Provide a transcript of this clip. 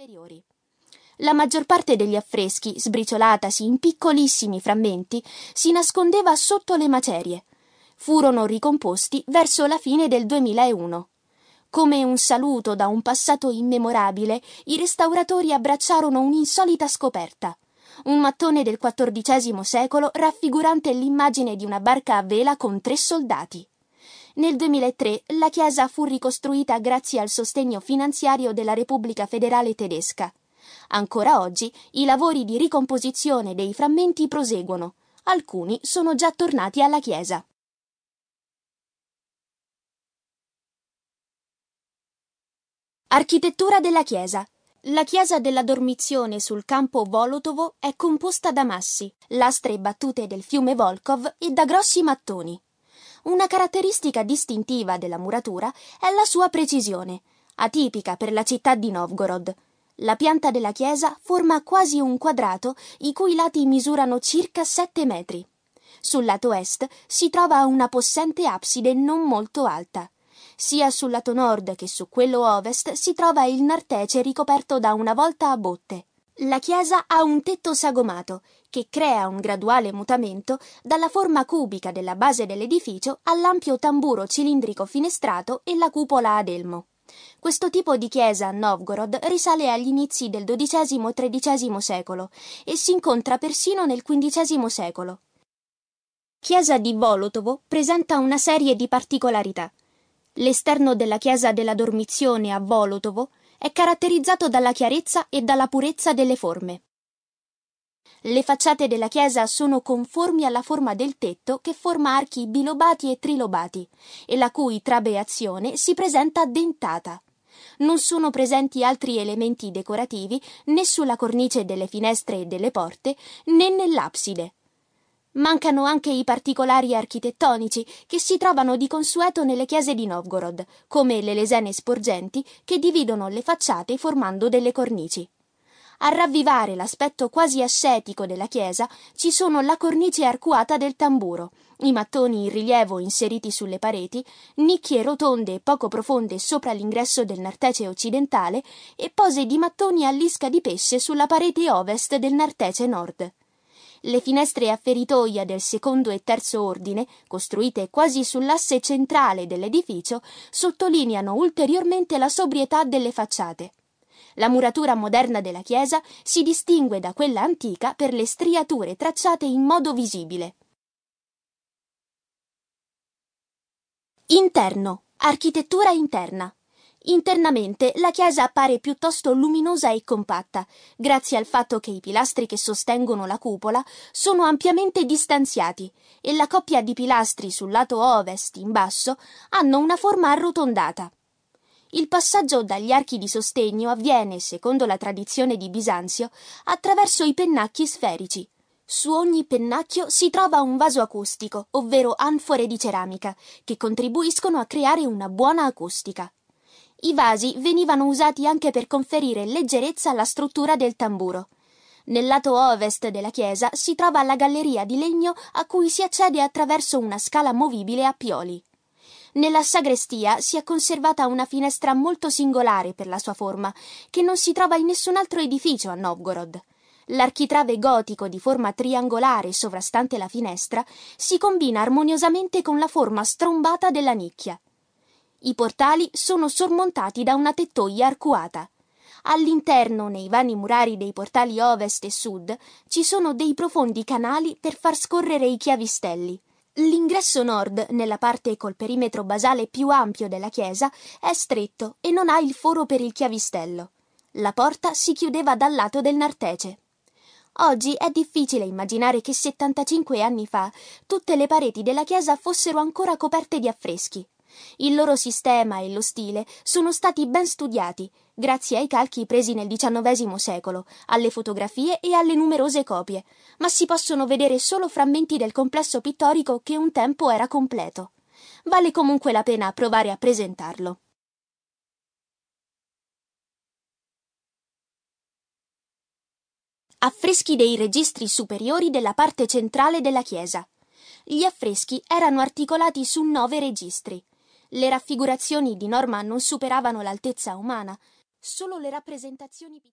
inferiori. La maggior parte degli affreschi, sbriciolatasi in piccolissimi frammenti, si nascondeva sotto le macerie. Furono ricomposti verso la fine del 2001. Come un saluto da un passato immemorabile, i restauratori abbracciarono un'insolita scoperta. Un mattone del XIV secolo raffigurante l'immagine di una barca a vela con 3 soldati. Nel 2003 la chiesa fu ricostruita grazie al sostegno finanziario della Repubblica Federale Tedesca. Ancora oggi i lavori di ricomposizione dei frammenti proseguono. Alcuni sono già tornati alla chiesa. Architettura della chiesa. La chiesa della Dormizione sul campo Volotovo è composta da massi, lastre battute del fiume Volkhov e da grossi mattoni. Una caratteristica distintiva della muratura è la sua precisione, atipica per la città di Novgorod. La pianta della chiesa forma quasi un quadrato i cui lati misurano circa 7 metri. Sul lato est si trova una possente abside non molto alta. Sia sul lato nord che su quello ovest si trova il nartece ricoperto da una volta a botte. La chiesa ha un tetto sagomato, che crea un graduale mutamento dalla forma cubica della base dell'edificio all'ampio tamburo cilindrico finestrato e la cupola ad elmo. Questo tipo di chiesa a Novgorod risale agli inizi del XII-XIII secolo e si incontra persino nel XV secolo. Chiesa di Volotovo presenta una serie di particolarità. L'esterno della chiesa della Dormizione a Volotovo è caratterizzato dalla chiarezza e dalla purezza delle forme. Le facciate della chiesa sono conformi alla forma del tetto che forma archi bilobati e trilobati e la cui trabeazione si presenta dentata. Non sono presenti altri elementi decorativi né sulla cornice delle finestre e delle porte né nell'abside. Mancano anche i particolari architettonici che si trovano di consueto nelle chiese di Novgorod, come le lesene sporgenti che dividono le facciate formando delle cornici. A ravvivare l'aspetto quasi ascetico della chiesa ci sono la cornice arcuata del tamburo, i mattoni in rilievo inseriti sulle pareti, nicchie rotonde e poco profonde sopra l'ingresso del nartece occidentale e pose di mattoni a lisca di pesce sulla parete ovest del nartece nord. Le finestre a feritoia del secondo e terzo ordine, costruite quasi sull'asse centrale dell'edificio, sottolineano ulteriormente la sobrietà delle facciate. La muratura moderna della chiesa si distingue da quella antica per le striature tracciate in modo visibile. Interno. Architettura interna. Internamente la chiesa appare piuttosto luminosa e compatta, grazie al fatto che i pilastri che sostengono la cupola sono ampiamente distanziati e la coppia di pilastri sul lato ovest in basso hanno una forma arrotondata. Il passaggio dagli archi di sostegno avviene, secondo la tradizione di Bisanzio, attraverso i pennacchi sferici. Su ogni pennacchio si trova un vaso acustico, ovvero anfore di ceramica, che contribuiscono a creare una buona acustica. I vasi venivano usati anche per conferire leggerezza alla struttura del tamburo. Nel lato ovest della chiesa si trova la galleria di legno a cui si accede attraverso una scala movibile a pioli. Nella sagrestia si è conservata una finestra molto singolare per la sua forma, che non si trova in nessun altro edificio a Novgorod. L'architrave gotico di forma triangolare sovrastante la finestra si combina armoniosamente con la forma strombata della nicchia. I portali sono sormontati da una tettoia arcuata. All'interno, nei vani murari dei portali ovest e sud, ci sono dei profondi canali per far scorrere i chiavistelli. L'ingresso nord, nella parte col perimetro basale più ampio della chiesa, è stretto e non ha il foro per il chiavistello. La porta si chiudeva dal lato del nartece. Oggi è difficile immaginare che 75 anni fa tutte le pareti della chiesa fossero ancora coperte di affreschi. Il loro sistema e lo stile sono stati ben studiati, grazie ai calchi presi nel XIX secolo, alle fotografie e alle numerose copie, ma si possono vedere solo frammenti del complesso pittorico che un tempo era completo. Vale comunque la pena provare a presentarlo. Affreschi dei registri superiori della parte centrale della chiesa. Gli affreschi erano articolati su 9 registri. Le raffigurazioni di norma non superavano l'altezza umana, solo le rappresentazioni